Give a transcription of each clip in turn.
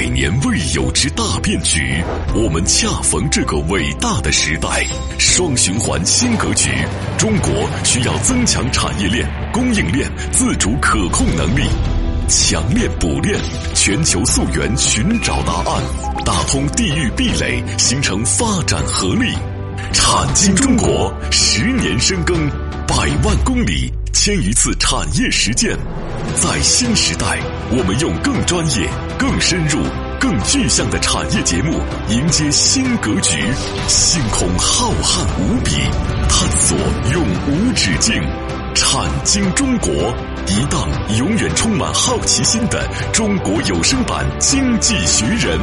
百年未有之大变局，我们恰逢这个伟大的时代。双循环新格局，中国需要增强产业链、供应链自主可控能力，强链补链，全球溯源寻找答案，打通地域壁垒，形成发展合力。产经中国10年深耕100万公里，1000余次产业实践。在新时代，我们用更专业、更深入、更具象的产业节目迎接新格局。星空浩瀚无比，探索永无止境。产经中国，一档永远充满好奇心的中国有声版经济学人。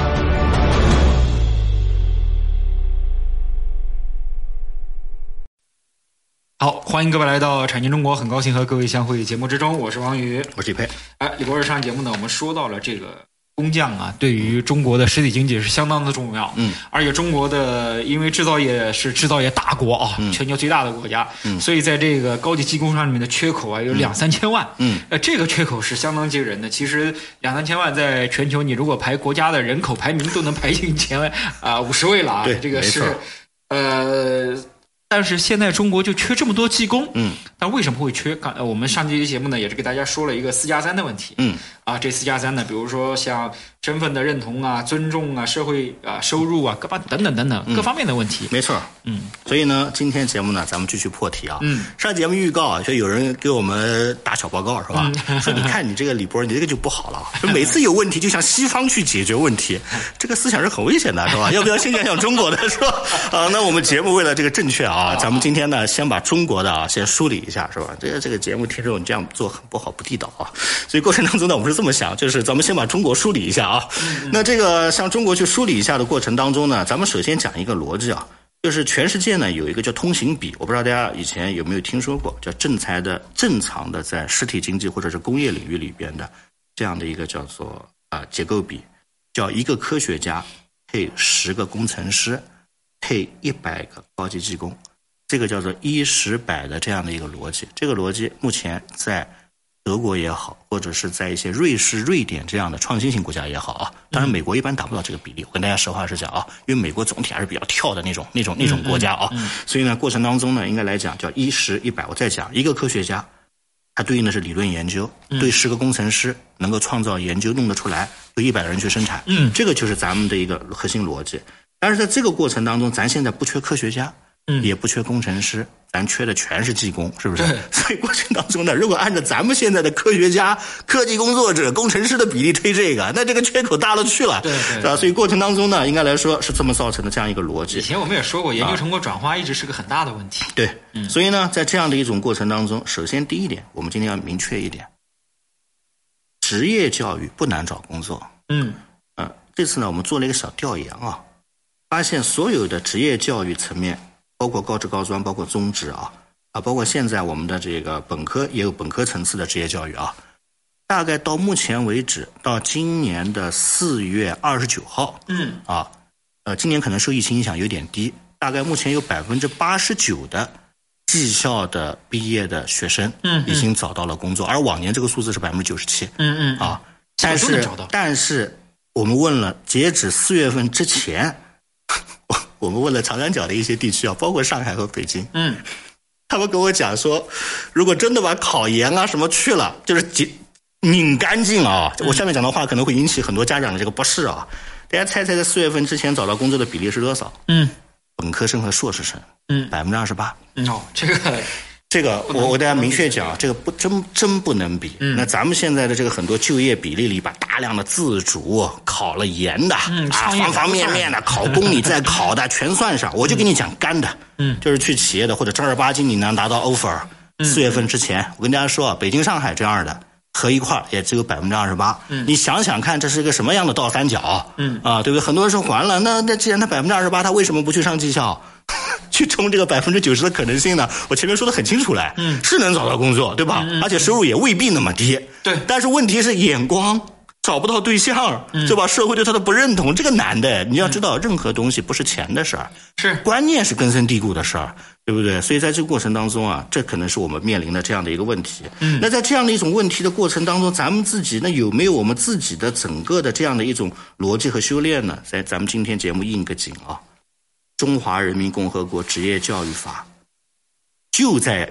好，欢迎各位来到产经中国，很高兴和各位相会节目之中，我是王宇， 我是李佩。 李博士，上节目呢，我们说到了这个工匠啊，对于中国的实体经济是相当的重要。而且中国的因为制造业是制造业大国啊，全球最大的国家，所以在这个高级技工上面的缺口啊有2-3千万。这个缺口是相当惊人的。其实2-3千万在全球，你如果排国家的人口排名都能排进前50位了啊。 对， 这个是但是现在中国就缺这么多技工，但为什么会缺？我们上期节目呢也是给大家说了一个4+3的问题，这4+3呢，比如说像身份的认同啊、尊重啊、社会收入啊、等等各方面的问题。 没错，所以呢，今天节目呢，咱们继续破题啊。上节目预告啊，就有人给我们打小报告是吧？说你看你这个李波，你这个就不好了，每次有问题就向西方去解决问题，这个思想是很危险的，是吧？要不要先讲中国的，是吧？那我们节目为了这个正确啊，咱们今天呢，先把中国的先梳理一下，是吧？这个节目听众你这样做很不好，不地道啊。所以过程当中呢，我们是这么想，就是咱们先把中国梳理一下啊。那这个向中国去梳理一下的过程当中呢，咱们首先讲一个逻辑啊，就是全世界呢有一个叫通行比，我不知道大家以前有没有听说过，叫正常的在实体经济或者是工业领域里边的这样的一个叫做结构比，叫一个科学家配10个工程师配100个高级技工，这个叫做1:10:100的这样的一个逻辑。这个逻辑目前在德国也好，或者是在一些瑞士、瑞典这样的创新型国家也好啊，当然美国一般达不到这个比例，我跟大家实话实讲啊，因为美国总体还是比较跳的那种国家啊，所以呢，过程当中呢，应该来讲叫1:10:100。我再讲，一个科学家，它对应的是理论研究，对10个工程师能够创造研究弄得出来，对100个人去生产，这个就是咱们的一个核心逻辑。但是在这个过程当中，咱现在不缺科学家，也不缺工程师，咱缺的全是技工，是不是？所以过程当中呢，如果按照咱们现在的科学家、科技工作者、工程师的比例推这个，那这个缺口大了去了，对吧？所以过程当中呢，应该来说是这么造成的这样一个逻辑。 以前我们也说过，研究成果转化一直是个很大的问题。 对，所以呢，在这样的一种过程当中，首先第一点，我们今天要明确一点，职业教育不难找工作。这次呢，我们做了一个小调研啊，发现所有的职业教育层面，包括高职高专，包括中职包括现在我们的这个本科也有本科层次的职业教育啊，大概到目前为止，到今年的4月29号，今年可能受疫情影响有点低，大概目前有89%的技校的毕业的学生已经找到了工作，而往年这个数字是97%。但是我们问了，截止4月份之前，我们问了长三角的一些地区包括上海和北京，他们跟我讲说，如果真的把考研什么去了，就是拧干净我下面讲的话可能会引起很多家长的这个不适大家猜猜在4月份之前找到工作的比例是多少？本科生和硕士生，28%。这个我跟大家明确讲，这个真不能比。那咱们现在的这个很多就业比例里，把大量的自主考了研的方方面面的考公你再考的全算上，我就跟你讲干的，就是去企业的或者正儿八经你能拿到 offer， 4月份之前，我跟大家说，北京、上海这样的合一块也只有28%。你想想看，这是一个什么样的倒三角？对不对？很多人说完了，那既然他28%，他为什么不去上技校？去冲这个90%的可能性呢？我前面说的很清楚了，是能找到工作，对吧？而且收入也未必那么低。对。但是问题是眼光找不到对象，对吧？社会对他的不认同，这个难的。你要知道，任何东西不是钱的事儿， 是观念是根深蒂固的事儿，对不对？所以在这个过程当中啊，这可能是我们面临的这样的一个问题。那在这样的一种问题的过程当中，咱们自己那有没有我们自己的整个的这样的一种逻辑和修炼呢？在咱们今天节目应个景啊，中华人民共和国职业教育法就在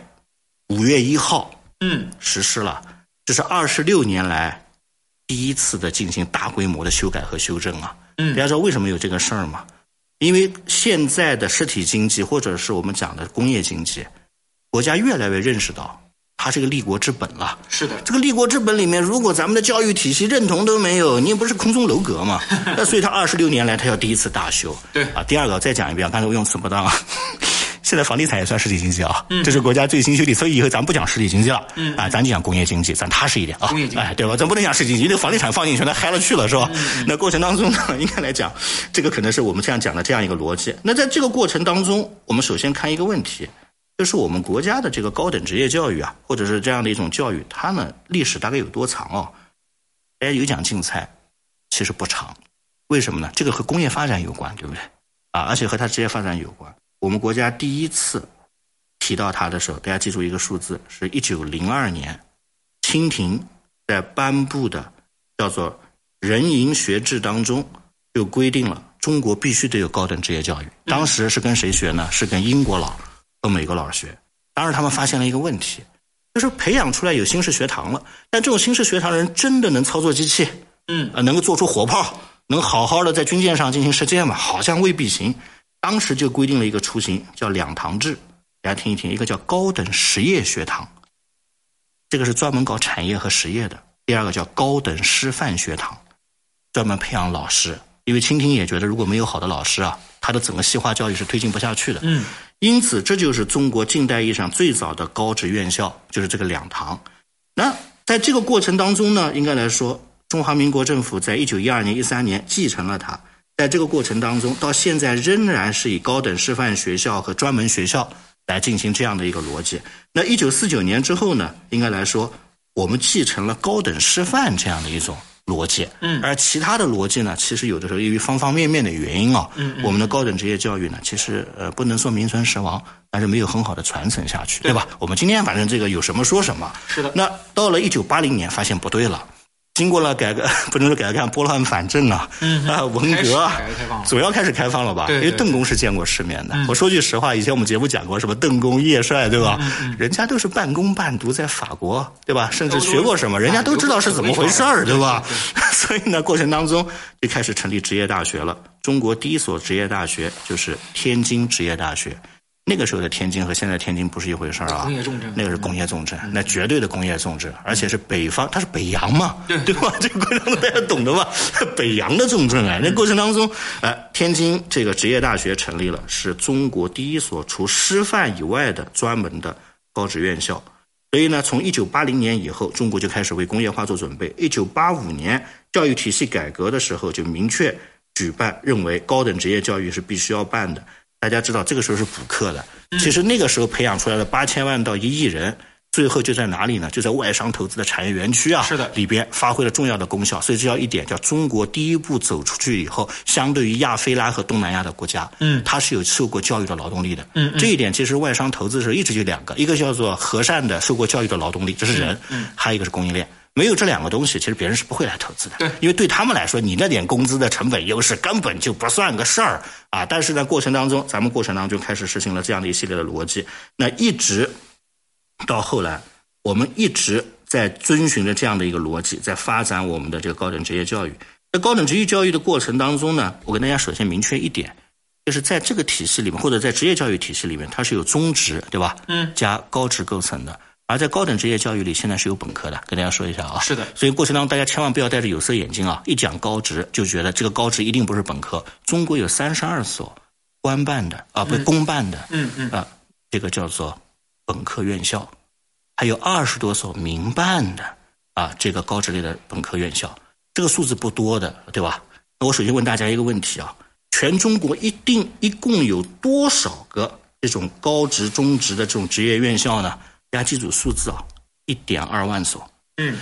5月1号实施了，这是26年来第一次的进行大规模的修改和修正啊。大家知道为什么有这个事儿吗？因为现在的实体经济或者是我们讲的工业经济，国家越来越认识到它是个立国之本了。 是的， 这个立国之本里面，如果咱们的教育体系认同都没有，你也不是空中楼阁嘛。那所以它26年来它要第一次大修。 对啊，第二个再讲一遍，刚才我用词不当啊。现在房地产也算实体经济啊，这是国家最新修订，所以以后咱不讲实体经济了，咱就讲工业经济，咱踏实一点啊， 工业经济， 对吧？咱不能讲实体经济，那房地产放进去那嗨了去了，是吧？那过程当中呢，应该来讲，这个可能是我们这样讲的这样一个逻辑。那在这个过程当中，我们首先看一个问题，就是我们国家的这个高等职业教育啊，或者是这样的一种教育，它呢历史大概有多长哦？大家有奖竞猜，其实不长，为什么呢？这个和工业发展有关，对不对？啊，而且和它职业发展有关。我们国家第一次提到它的时候，大家记住一个数字，是1902年清廷在颁布的叫做人营学制当中就规定了中国必须得有高等职业教育。当时是跟谁学呢？是跟英国佬和美国佬学。当时他们发现了一个问题，就是培养出来有新式学堂了，但这种新式学堂的人真的能操作机器，能够做出火炮，能好好的在军舰上进行实践吗？好像未必行。当时就规定了一个雏形，叫两堂制，大家听一听，一个叫高等实业学堂，这个是专门搞产业和实业的；第二个叫高等师范学堂，专门培养老师。因为清廷也觉得如果没有好的老师啊，他的整个西化教育是推进不下去的。因此这就是中国近代意义上最早的高职院校，就是这个两堂。那在这个过程当中呢，应该来说，中华民国政府在1912年、13年继承了它。在这个过程当中，到现在仍然是以高等师范学校和专门学校来进行这样的一个逻辑。那1949年之后呢，应该来说，我们继承了高等师范这样的一种逻辑。而其他的逻辑呢，其实有的时候由于方方面面的原因啊，我们的高等职业教育呢，其实不能说名存实亡，但是没有很好的传承下去，对吧？我们今天反正这个有什么说什么。 是的。 那到了1980年，发现不对了。经过了改革，不能说改革开放，拨乱反正了，文革主要开始开放了吧？因为邓公是见过世面的。我说句实话，以前我们节目讲过什么邓公、叶帅，对吧？人家都是半工半读在法国，对吧？甚至学过什么，人家都知道是怎么回事儿，对吧？所以呢，过程当中就开始成立职业大学了。中国第一所职业大学就是天津职业大学。那个时候的天津和现在天津不是一回事啊， 工业重镇， 那个是工业重镇，那绝对的工业重镇，而且是北方，它是北洋嘛，对吧？这个过程当中大家懂的吧？北洋的重镇啊，那过程当中，天津这个职业大学成立了，是中国第一所除师范以外的专门的高职院校。所以呢，从1980年以后，中国就开始为工业化做准备。1985年教育体系改革的时候，就明确举办，认为高等职业教育是必须要办的。大家知道这个时候是补课的，其实那个时候培养出来的8000万到1亿人，最后就在哪里呢？就在外商投资的产业园区啊， 是的， 里边发挥了重要的功效。所以这要一点，叫中国第一步走出去以后，相对于亚非拉和东南亚的国家，它是有受过教育的劳动力的。这一点其实外商投资的时候一直就两个，一个叫做和善的受过教育的劳动力，这是人，还有一个是供应链。没有这两个东西，其实别人是不会来投资的。 对， 因为对他们来说，你那点工资的成本优势根本就不算个事儿啊。但是呢，过程当中，咱们过程当中开始实行了这样的一系列的逻辑。那一直到后来，我们一直在遵循着这样的一个逻辑，在发展我们的这个高等职业教育。在高等职业教育的过程当中呢，我跟大家首先明确一点，就是在这个体系里面，或者在职业教育体系里面，它是有中职，对吧？加高职构成的。而在高等职业教育里，现在是有本科的，跟大家说一下啊。 是的。所以过程当中，大家千万不要戴着有色眼镜啊！一讲高职，就觉得这个高职一定不是本科。中国有32所官办的不是公办的，这个叫做本科院校，还有20多所民办的这个高职类的本科院校，这个数字不多的，对吧？那我首先问大家一个问题啊：全中国一共有多少个这种高职、中职的这种职业院校呢？大家记住数字啊，1.2万所。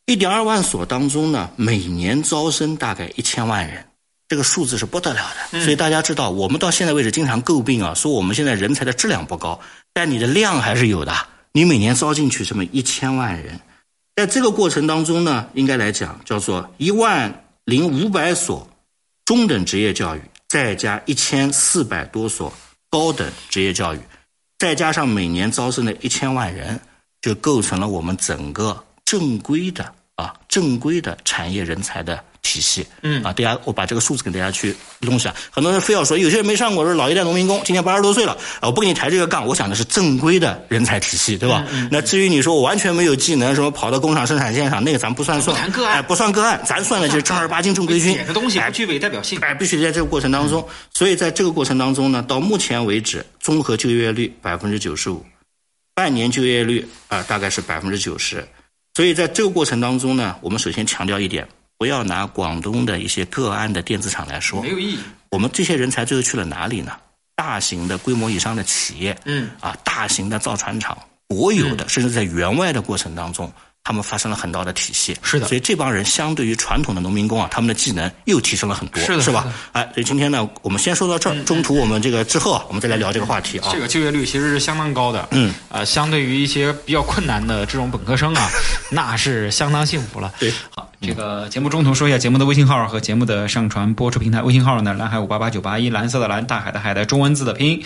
1.2万所当中呢，每年招生大概1000万人，这个数字是不得了的。所以大家知道，我们到现在为止经常诟病啊，说我们现在人才的质量不高，但你的量还是有的。你每年招进去这么1000万人，在这个过程当中呢，应该来讲叫做10500所中等职业教育，再加1400多所高等职业教育，再加上每年招生的1000万人，就构成了我们整个正规的产业人才的体系。大家我把这个数字跟大家去弄一下。很多人非要说有些人没上过，是老一代农民工，今年80多岁了，我不跟你抬这个杠，我想的是正规的人才体系，对吧？那至于你说我完全没有技能，什么跑到工厂生产线上，那个咱不算不算个案，咱算的就是正儿八经正规军。 写个东西不具备代表性， 必须在这个过程当中。所以在这个过程当中呢，到目前为止，综合就业率95%，半年就业率大概是90%。所以在这个过程当中呢，我们首先强调一点，不要拿广东的一些个案的电子厂来说， 没有意义。 我们这些人才最后去了哪里呢？大型的规模以上的企业，大型的造船厂，国有的，甚至在援外的过程当中，他们发生了很大的体系。 是的， 所以这帮人相对于传统的农民工啊，他们的技能又提升了很多，是吧？所以今天呢，我们先说到这儿，中途我们这个之后我们再来聊这个话题啊。 这个就业率其实是相当高的，相对于一些比较困难的这种本科生啊，那是相当幸福了。对，好，这个节目中途说一下节目的微信号和节目的上传播出平台。微信号呢，蓝海588981，蓝色的蓝，大海的海的中文字的拼音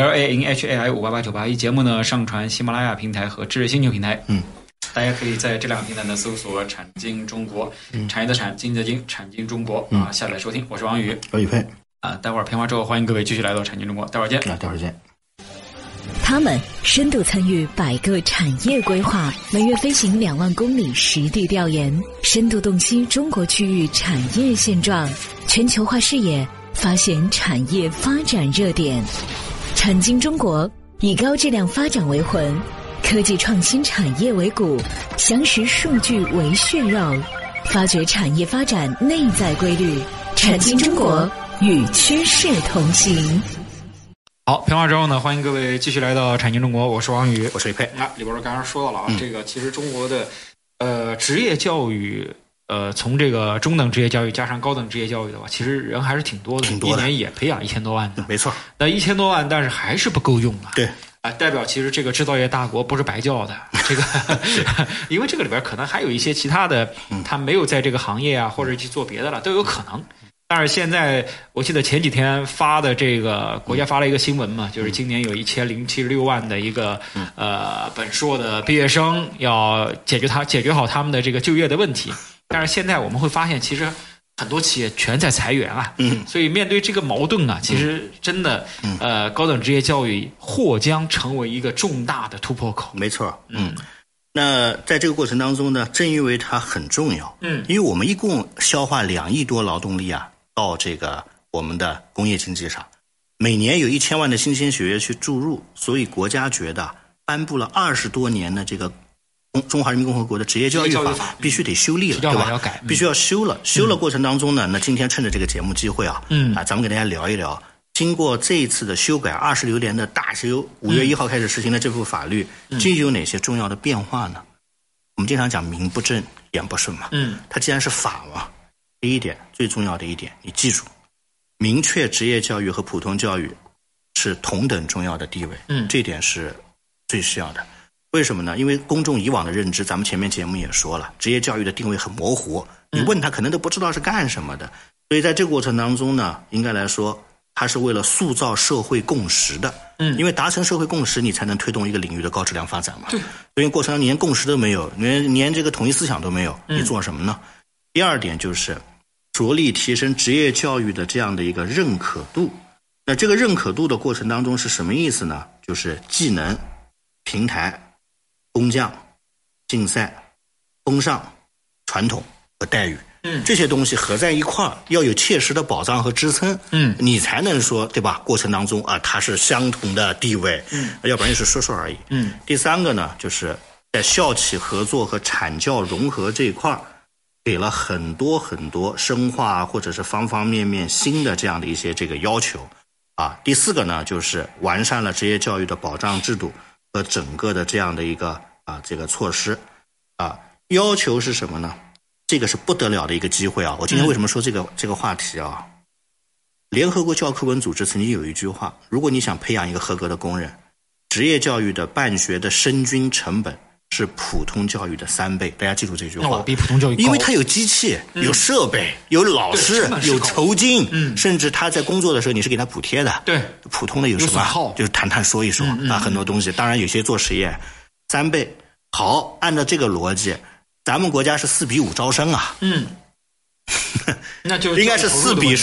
LANHAI588981。节目呢上传喜马拉雅平台和知识星球平台。大家可以在这两个平台呢搜索产经中国，产业的产，经济的经，产经中国下载收听。我是王宇， 我宇佩待会儿片花之后，欢迎各位继续来到产经中国，待会儿见。 待会儿见。 他们深度参与100个产业规划，每月飞行2万公里实地调研，深度洞悉中国区域产业现状，全球化视野，发现产业发展热点。产经中国以高质量发展为魂，科技创新产业为骨，详实数据为血肉，发掘产业发展内在规律。产经中国与趋势同行。 好，片花之后呢，欢迎各位继续来到产经中国，我是王宇， 我是宇佩。 李博士刚刚说到了这个其实中国的职业教育，从这个中等职业教育加上高等职业教育的话，其实人还是挺多的，一年也培养1000多万的， 没错。那 1000多万，但是还是不够用啊。 对。 代表其实这个制造业大国不是白叫的，这个因为这个里边可能还有一些其他的，他没有在这个行业啊，或者去做别的了，都有可能。但是现在我记得前几天发的这个国家发了一个新闻嘛，就是今年有1076万的一个本硕的毕业生要解决好他们的这个就业的问题。但是现在我们会发现，其实很多企业全在裁员啊，所以面对这个矛盾啊，其实真的，高等职业教育或将成为一个重大的突破口。 没错，那在这个过程当中呢，正因为它很重要，因为我们一共消化2亿多劳动力啊，到这个我们的工业经济上，每年有1000万的新鲜血液去注入，所以国家觉得颁布了20多年的这个中华人民共和国的职业教育法必须得修例了，对吧？必须要修了。修了过程当中呢，那今天趁着这个节目机会啊，咱们给大家聊一聊，经过这一次的修改，26年的大修，5月1号开始实行的这部法律，究竟有哪些重要的变化呢？我们经常讲名不正言不顺嘛，它既然是法嘛，第一点最重要的一点，你记住，明确职业教育和普通教育是同等重要的地位，这点是最需要的。为什么呢？因为公众以往的认知，咱们前面节目也说了，职业教育的定位很模糊，你问他可能都不知道是干什么的。所以在这个过程当中呢，应该来说，它是为了塑造社会共识的。因为达成社会共识，你才能推动一个领域的高质量发展嘛。对。所以过程当中连共识都没有，连这个统一思想都没有，你做什么呢？第二点就是着力提升职业教育的这样的一个认可度。那这个认可度的过程当中是什么意思呢？就是技能、平台、工匠、竞赛、风尚、传统和待遇，这些东西合在一块儿，要有切实的保障和支撑，你才能说，对吧？过程当中啊，它是相同的地位，要不然就是说说而已。第三个呢，就是在校企合作和产教融合这一块儿，给了很多很多深化或者是方方面面新的这样的一些这个要求啊。第四个呢，就是完善了职业教育的保障制度和整个的这样的一个这个措施啊。 要求是什么呢？这个是不得了的一个机会啊！我今天为什么说这个话题啊？联合国教科文组织曾经有一句话，如果你想培养一个合格的工人，职业教育的办学的生均成本是普通教育的3倍，大家记住这句话。 比普通教育高， 因为它有机器、有设备、有老师、有酬金，甚至他在工作的时候你是给他补贴的。 对， 普通的有什么？就是谈说一说啊，很多东西。当然有些做实验3倍。好，按照这个逻辑，咱们国家是4比5招生啊。 那就应该是4比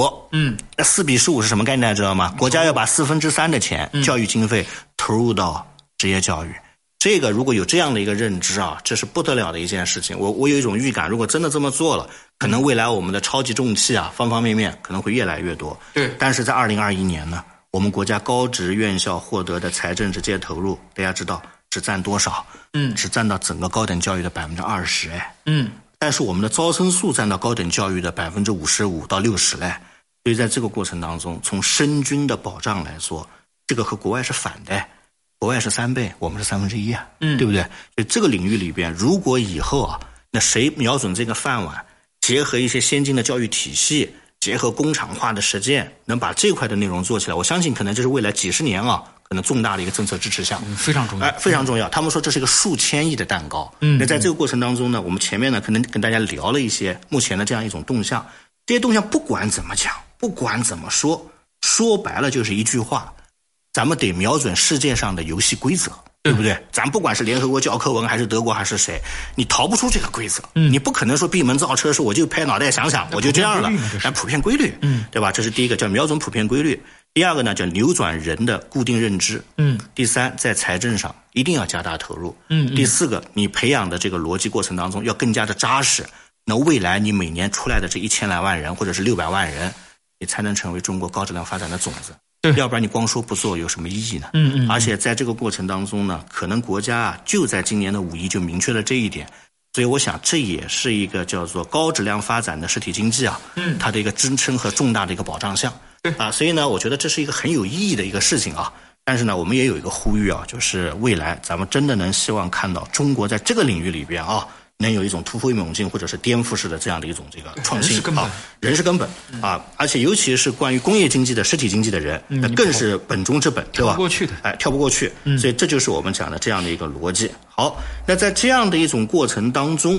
15。4比15是什么概念？大家知道吗？国家要把3/4的钱，教育经费投入到职业教育。这个如果有这样的一个认知啊，这是不得了的一件事情。我有一种预感，如果真的这么做了，可能未来我们的超级重器啊，方方面面可能会越来越多。 对。 但是在2021年呢，我们国家高职院校获得的财政直接投入，大家知道只占多少？只占到整个高等教育的20%。但是我们的招生数占到高等教育的55%到60%嘞。所以在这个过程当中，从生均的保障来说，这个和国外是反的。国外是3倍，我们是1/3啊，对不对？所以这个领域里边，如果以后啊，那谁瞄准这个饭碗，结合一些先进的教育体系，结合工厂化的实践，能把这块的内容做起来，我相信可能这是未来几十年啊，可能重大的一个政策支持项， 非常重要， 非常重要。他们说这是一个数千亿的蛋糕。那在这个过程当中呢，我们前面呢可能跟大家聊了一些目前的这样一种动向，这些动向不管怎么讲，不管怎么说，说白了就是一句话。咱们得瞄准世界上的游戏规则，对不对？咱不管是联合国教科文还是德国还是谁，你逃不出这个规则。你不可能说闭门造车，说我就拍脑袋想想，我就这样了。但普遍规律，对吧？这是第一个，叫瞄准普遍规律。第二个呢，叫扭转人的固定认知。第三，在财政上一定要加大投入。第四个，你培养的这个逻辑过程当中要更加的扎实。那未来你每年出来的这1000来万人或者是600万人，你才能成为中国高质量发展的种子。要不然你光说不做有什么意义呢？而且在这个过程当中呢，可能国家啊就在今年的5·1就明确了这一点，所以我想这也是一个叫做高质量发展的实体经济啊，它的一个支撑和重大的一个保障项。所以呢，我觉得这是一个很有意义的一个事情啊。但是呢，我们也有一个呼吁啊，就是未来咱们真的能希望看到中国在这个领域里边啊，能有一种突飞猛进或者是颠覆式的这样的一种这个创新啊，人是根本啊，而且尤其是关于工业经济的实体经济的人，那更是本中之本，对吧？跳不过去的，跳不过去，所以这就是我们讲的这样的一个逻辑。好，那在这样的一种过程当中，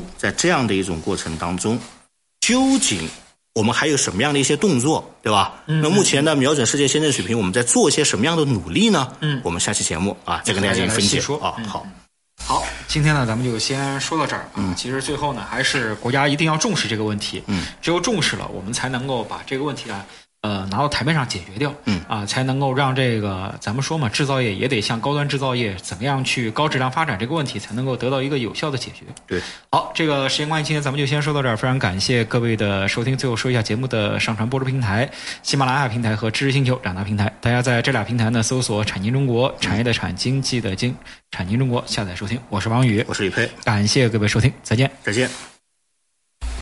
究竟我们还有什么样的一些动作，对吧？那目前呢，瞄准世界先进水平，我们在做些什么样的努力呢？我们下期节目啊，再跟大家进行分解啊。 好，今天呢，咱们就先说到这儿。其实最后呢，还是国家一定要重视这个问题。只有重视了，我们才能够把这个问题呢，拿到台面上解决掉。才能够让这个咱们说嘛，制造业也得像高端制造业怎么样去高质量发展这个问题，才能够得到一个有效的解决。 对， 好，这个时间关系，今天咱们就先说到这儿。非常感谢各位的收听。最后说一下节目的上传播出平台：喜马拉雅平台和知识星球两大平台。大家在这俩平台呢，搜索“产经中国”，产业的产，经济的经，产经中国下载收听。我是王宇， 我是李佩， 感谢各位收听，再见。 再见。